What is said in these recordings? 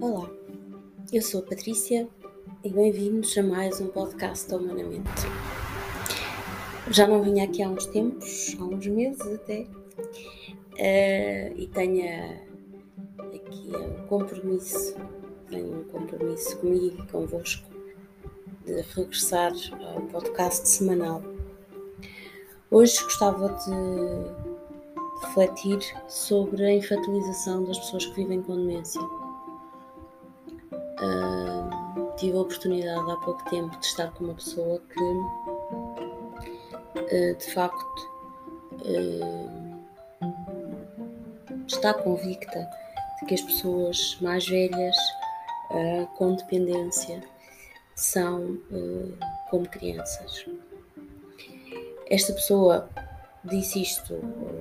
Olá, eu sou a Patrícia e bem-vindos a mais um podcast da Humanamente. Já não vinha aqui há uns tempos, há uns meses até, e tenho aqui tenho um compromisso comigo e convosco de regressar ao podcast semanal. Hoje gostava de refletir sobre a infantilização das pessoas que vivem com demência. Tive a oportunidade há pouco tempo de estar com uma pessoa que de facto está convicta de que as pessoas mais velhas com dependência são como crianças. Esta pessoa disse isto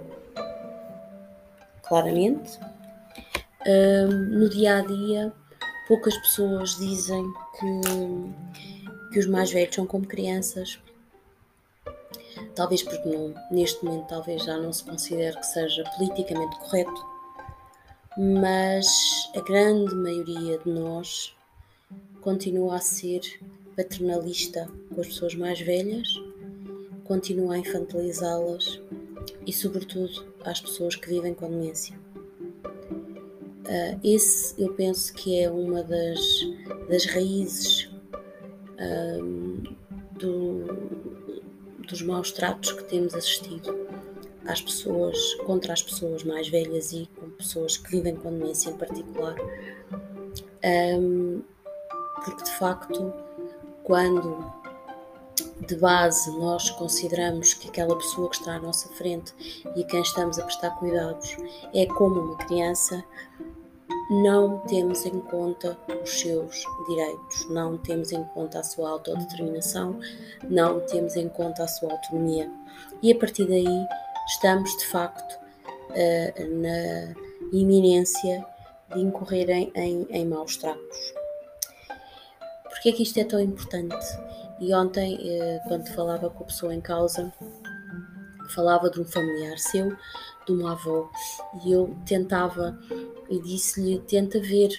claramente. No dia a dia, poucas pessoas dizem que os mais velhos são como crianças, talvez porque neste momento talvez já não se considere que seja politicamente correto, mas a grande maioria de nós continua a ser paternalista com as pessoas mais velhas, continua a infantilizá-las e sobretudo às pessoas que vivem com demência. Esse eu penso que é uma das raízes dos maus tratos que temos assistido contra as pessoas mais velhas e com pessoas que vivem com demência em particular, porque de facto, quando de base nós consideramos que aquela pessoa que está à nossa frente e a quem estamos a prestar cuidados é como uma criança, não temos em conta os seus direitos, não temos em conta a sua autodeterminação, não temos em conta a sua autonomia. E a partir daí estamos de facto na iminência de incorrer em maus tratos. Porquê é que isto é tão importante? E ontem, quando falava com a pessoa em causa, falava de um familiar seu, de uma avó, e eu tentava e disse-lhe: tenta ver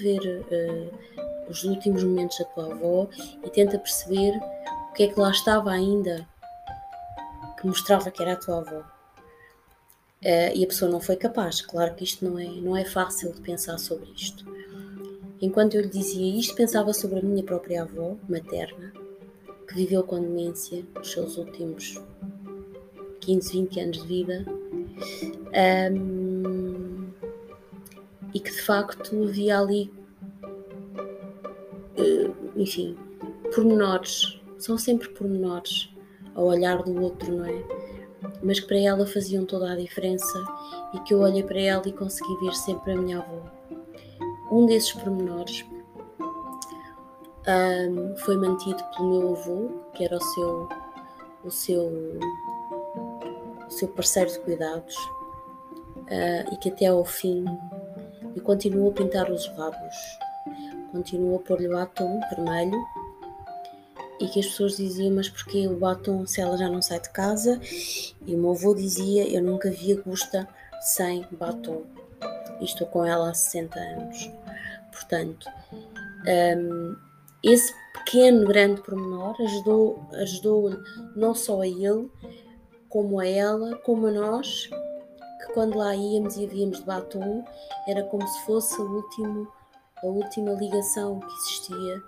os últimos momentos da tua avó e tenta perceber o que é que lá estava ainda que mostrava que era a tua avó. E a pessoa não foi capaz. Claro que isto não é fácil de pensar sobre isto. Enquanto eu lhe dizia isto, pensava sobre a minha própria avó materna, que viveu com demência nos seus últimos 15, 20 anos de vida, e que de facto havia ali, enfim, pormenores, são sempre pormenores ao olhar do outro, não é? Mas que para ela faziam toda a diferença e que eu olhei para ela e consegui ver sempre a minha avó. Um desses pormenores foi mantido pelo meu avô, que era o seu parceiro de cuidados, e que até ao fim lhe continuou a pintar os lábios, continuou a pôr-lhe o batom vermelho, e que as pessoas diziam: mas porquê o batom se ela já não sai de casa? E o meu avô dizia: eu nunca vi a Gusta sem batom, e estou com ela há 60 anos. Portanto, esse pequeno, grande pormenor ajudou não só a ele, como a ela, como a nós, que quando lá íamos e víamos de batom, era como se fosse a última ligação que existia,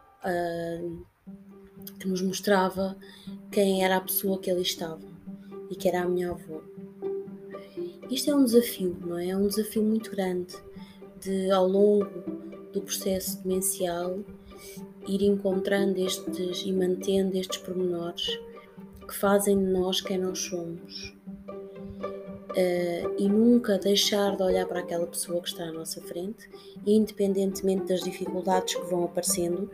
que nos mostrava quem era a pessoa que ali estava, e que era a minha avó. Isto é um desafio, não é? É um desafio muito grande de, ao longo do processo demencial, ir encontrando e mantendo estes pormenores que fazem de nós quem nós somos. E nunca deixar de olhar para aquela pessoa que está à nossa frente, independentemente das dificuldades que vão aparecendo,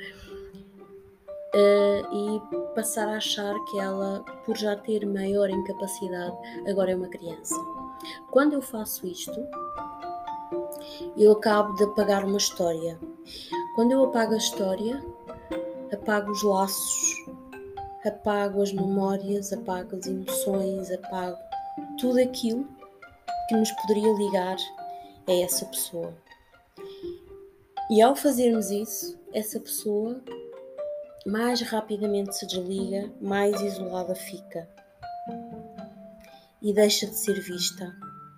e passar a achar que ela, por já ter maior incapacidade, agora é uma criança. Quando eu faço isto, eu acabo de apagar uma história. Quando eu apago a história, apago os laços, apago as memórias, apago as emoções, apago tudo aquilo que nos poderia ligar a essa pessoa. E ao fazermos isso, essa pessoa mais rapidamente se desliga, mais isolada fica e deixa de ser vista.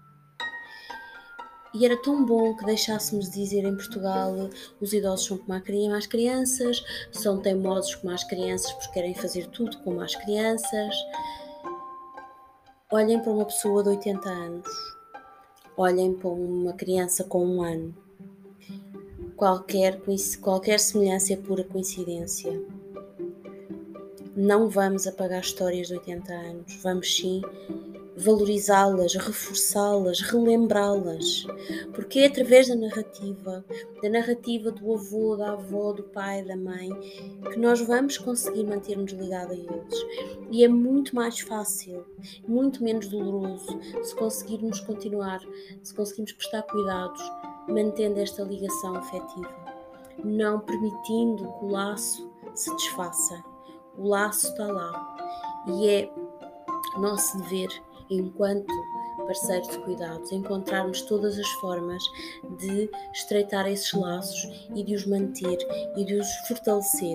E era tão bom que deixássemos de dizer em Portugal: os idosos são como as crianças, são teimosos como as crianças porque querem fazer tudo como as crianças. Olhem para uma pessoa de 80 anos, olhem para uma criança com 1 ano. Qualquer semelhança é pura coincidência. Não vamos apagar histórias de 80 anos, vamos sim valorizá-las, reforçá-las, relembrá-las, porque é através da narrativa do avô, da avó, do pai, da mãe, que nós vamos conseguir manter-nos ligados a eles. E é muito mais fácil, muito menos doloroso, se conseguirmos prestar cuidados, mantendo esta ligação afetiva, não permitindo que o laço se desfaça. O laço está lá e é nosso dever, enquanto parceiros de cuidados, encontrarmos todas as formas de estreitar esses laços e de os manter e de os fortalecer.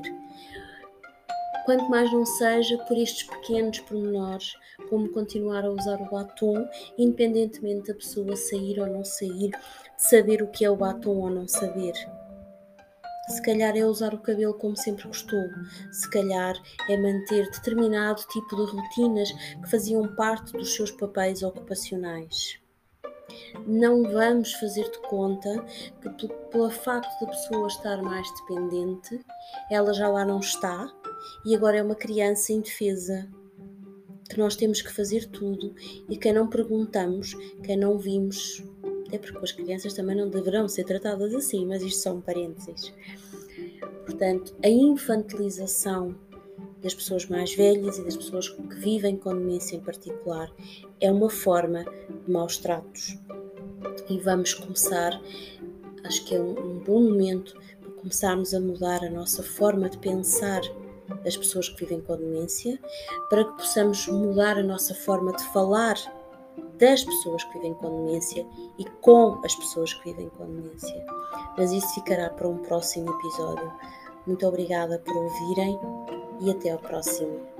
Quanto mais não seja por estes pequenos pormenores, como continuar a usar o batom, independentemente da pessoa sair ou não sair, de saber o que é o batom ou não saber. Se calhar é usar o cabelo como sempre gostou, se calhar é manter determinado tipo de rotinas que faziam parte dos seus papéis ocupacionais. Não vamos fazer de conta que pelo facto da pessoa estar mais dependente, ela já lá não está e agora é uma criança indefesa, que nós temos que fazer tudo e quem não perguntamos, quem não vimos, até porque as crianças também não deverão ser tratadas assim, mas isto são parênteses. Portanto, a infantilização das pessoas mais velhas e das pessoas que vivem com demência em particular é uma forma de maus tratos. E vamos começar, acho que é um bom momento para começarmos a mudar a nossa forma de pensar das pessoas que vivem com demência, para que possamos mudar a nossa forma de falar das pessoas que vivem com demência e com as pessoas que vivem com demência. Mas isso ficará para um próximo episódio. Muito obrigada por ouvirem e até ao próximo.